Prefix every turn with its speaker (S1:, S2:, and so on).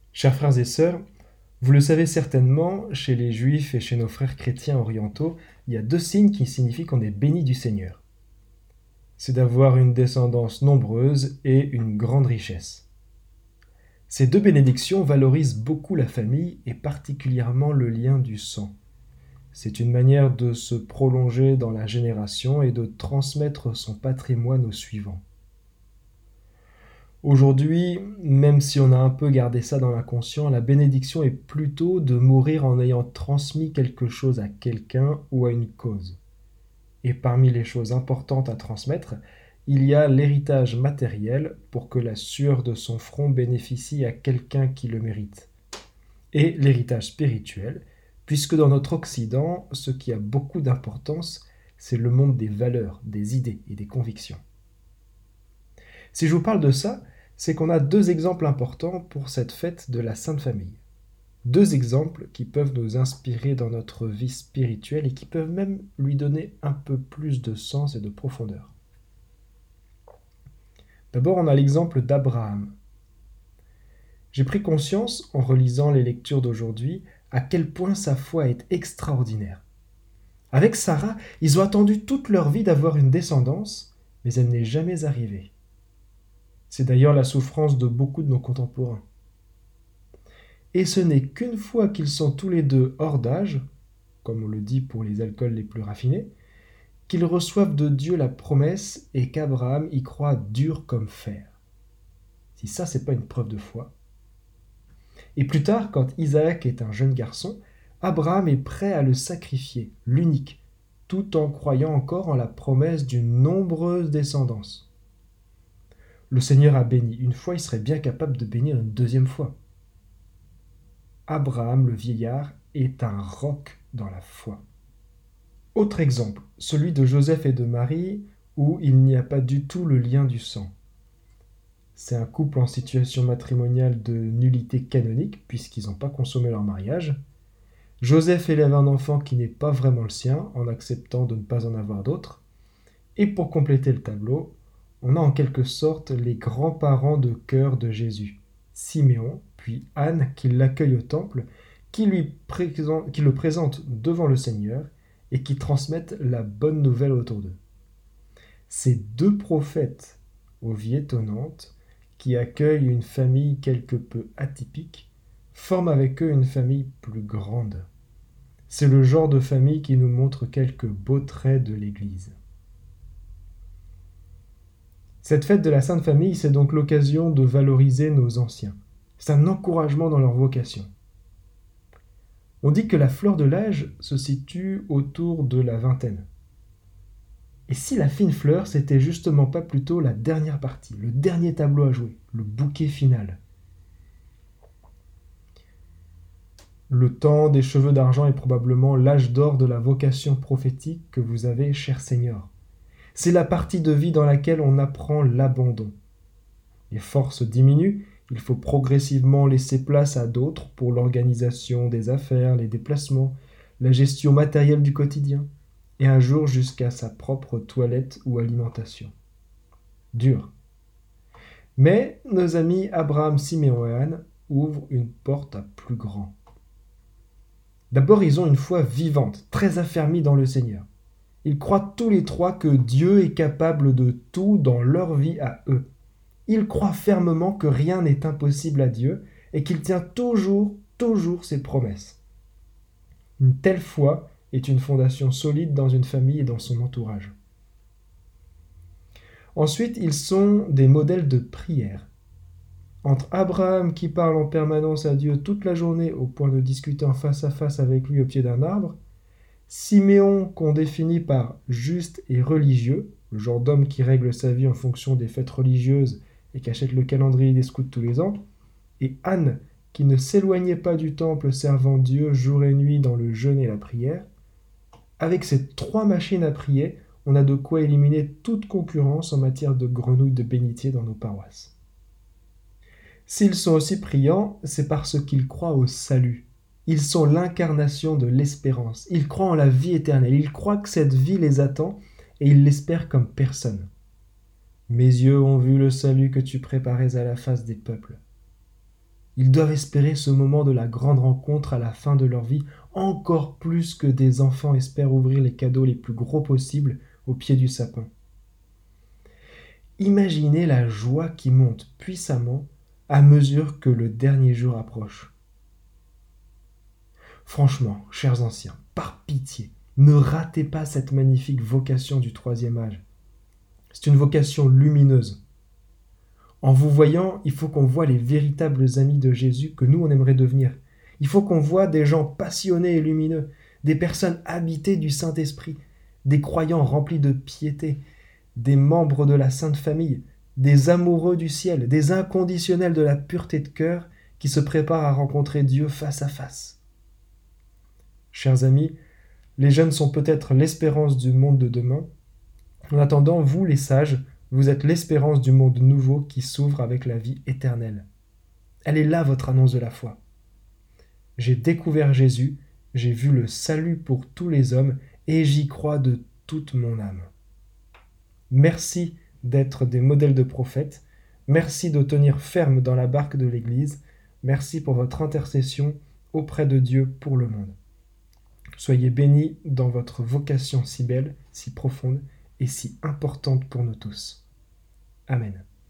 S1: Chers frères et sœurs, vous le savez certainement, chez les Juifs et chez nos frères chrétiens orientaux, il y a deux signes qui signifient qu'on est béni du Seigneur. C'est d'avoir une descendance nombreuse et une grande richesse. Ces deux bénédictions valorisent beaucoup la famille et particulièrement le lien du sang. C'est une manière de se prolonger dans la génération et de transmettre son patrimoine aux suivants. Aujourd'hui, même si on a un peu gardé ça dans l'inconscient, la bénédiction est plutôt de mourir en ayant transmis quelque chose à quelqu'un ou à une cause. Et parmi les choses importantes à transmettre, il y a l'héritage matériel pour que la sueur de son front bénéficie à quelqu'un qui le mérite. Et l'héritage spirituel, puisque dans notre Occident, ce qui a beaucoup d'importance, c'est le monde des valeurs, des idées et des convictions. Si je vous parle de ça, c'est qu'on a deux exemples importants pour cette fête de la Sainte Famille. Deux exemples qui peuvent nous inspirer dans notre vie spirituelle et qui peuvent même lui donner un peu plus de sens et de profondeur. D'abord, on a l'exemple d'Abraham. J'ai pris conscience, en relisant les lectures d'aujourd'hui, à quel point sa foi est extraordinaire. Avec Sarah, ils ont attendu toute leur vie d'avoir une descendance, mais elle n'est jamais arrivée. C'est d'ailleurs la souffrance de beaucoup de nos contemporains. Et ce n'est qu'une fois qu'ils sont tous les deux hors d'âge, comme on le dit pour les alcools les plus raffinés, qu'ils reçoivent de Dieu la promesse et qu'Abraham y croit dur comme fer. Si ça, c'est pas une preuve de foi. Et plus tard, quand Isaac est un jeune garçon, Abraham est prêt à le sacrifier, l'unique, tout en croyant encore en la promesse d'une nombreuse descendance. Le Seigneur a béni une fois, il serait bien capable de bénir une deuxième fois. Abraham, le vieillard, est un roc dans la foi. Autre exemple, celui de Joseph et de Marie, où il n'y a pas du tout le lien du sang. C'est un couple en situation matrimoniale de nullité canonique, puisqu'ils n'ont pas consommé leur mariage. Joseph élève un enfant qui n'est pas vraiment le sien, en acceptant de ne pas en avoir d'autre. Et pour compléter le tableau, on a en quelque sorte les grands-parents de cœur de Jésus, Siméon, puis Anne qui l'accueille au temple, qui le présente devant le Seigneur et qui transmettent la bonne nouvelle autour d'eux. Ces deux prophètes aux vies étonnantes, qui accueillent une famille quelque peu atypique, forment avec eux une famille plus grande. C'est le genre de famille qui nous montre quelques beaux traits de l'Église. Cette fête de la Sainte Famille, c'est donc l'occasion de valoriser nos anciens. C'est un encouragement dans leur vocation. On dit que la fleur de l'âge se situe autour de la vingtaine. Et si la fine fleur, c'était justement pas plutôt la dernière partie, le dernier tableau à jouer, le bouquet final? Le temps des cheveux d'argent est probablement l'âge d'or de la vocation prophétique que vous avez, cher Seigneur. C'est la partie de vie dans laquelle on apprend l'abandon. Les forces diminuent, il faut progressivement laisser place à d'autres pour l'organisation des affaires, les déplacements, la gestion matérielle du quotidien, et un jour jusqu'à sa propre toilette ou alimentation. Dur. Mais nos amis Abraham, Siméon et Anne ouvrent une porte à plus grand. D'abord, ils ont une foi vivante, très affermie dans le Seigneur. Ils croient tous les trois que Dieu est capable de tout dans leur vie à eux. Ils croient fermement que rien n'est impossible à Dieu et qu'il tient toujours ses promesses. Une telle foi est une fondation solide dans une famille et dans son entourage. Ensuite, ils sont des modèles de prière. Entre Abraham qui parle en permanence à Dieu toute la journée au point de discuter en face à face avec lui au pied d'un arbre, Siméon qu'on définit par juste et religieux, le genre d'homme qui règle sa vie en fonction des fêtes religieuses et qui achète le calendrier des scouts tous les ans, et Anne qui ne s'éloignait pas du temple servant Dieu jour et nuit dans le jeûne et la prière. Avec ces trois machines à prier, on a de quoi éliminer toute concurrence en matière de grenouilles de bénitier dans nos paroisses. S'ils sont aussi priants, c'est parce qu'ils croient au salut. Ils sont l'incarnation de l'espérance. Ils croient en la vie éternelle. Ils croient que cette vie les attend et ils l'espèrent comme personne. Mes yeux ont vu le salut que tu préparais à la face des peuples. Ils doivent espérer ce moment de la grande rencontre à la fin de leur vie, encore plus que des enfants espèrent ouvrir les cadeaux les plus gros possibles au pied du sapin. Imaginez la joie qui monte puissamment à mesure que le dernier jour approche. Franchement, chers anciens, par pitié, ne ratez pas cette magnifique vocation du troisième âge. C'est une vocation lumineuse. En vous voyant, il faut qu'on voie les véritables amis de Jésus que nous on aimerait devenir. Il faut qu'on voie des gens passionnés et lumineux, des personnes habitées du Saint-Esprit, des croyants remplis de piété, des membres de la Sainte Famille, des amoureux du ciel, des inconditionnels de la pureté de cœur qui se préparent à rencontrer Dieu face à face. Chers amis, les jeunes sont peut-être l'espérance du monde de demain. En attendant, vous les sages, vous êtes l'espérance du monde nouveau qui s'ouvre avec la vie éternelle. Elle est là votre annonce de la foi. J'ai découvert Jésus, j'ai vu le salut pour tous les hommes et j'y crois de toute mon âme. Merci d'être des modèles de prophètes, merci de tenir ferme dans la barque de l'Église, merci pour votre intercession auprès de Dieu pour le monde. Soyez bénis dans votre vocation si belle, si profonde et si importante pour nous tous. Amen.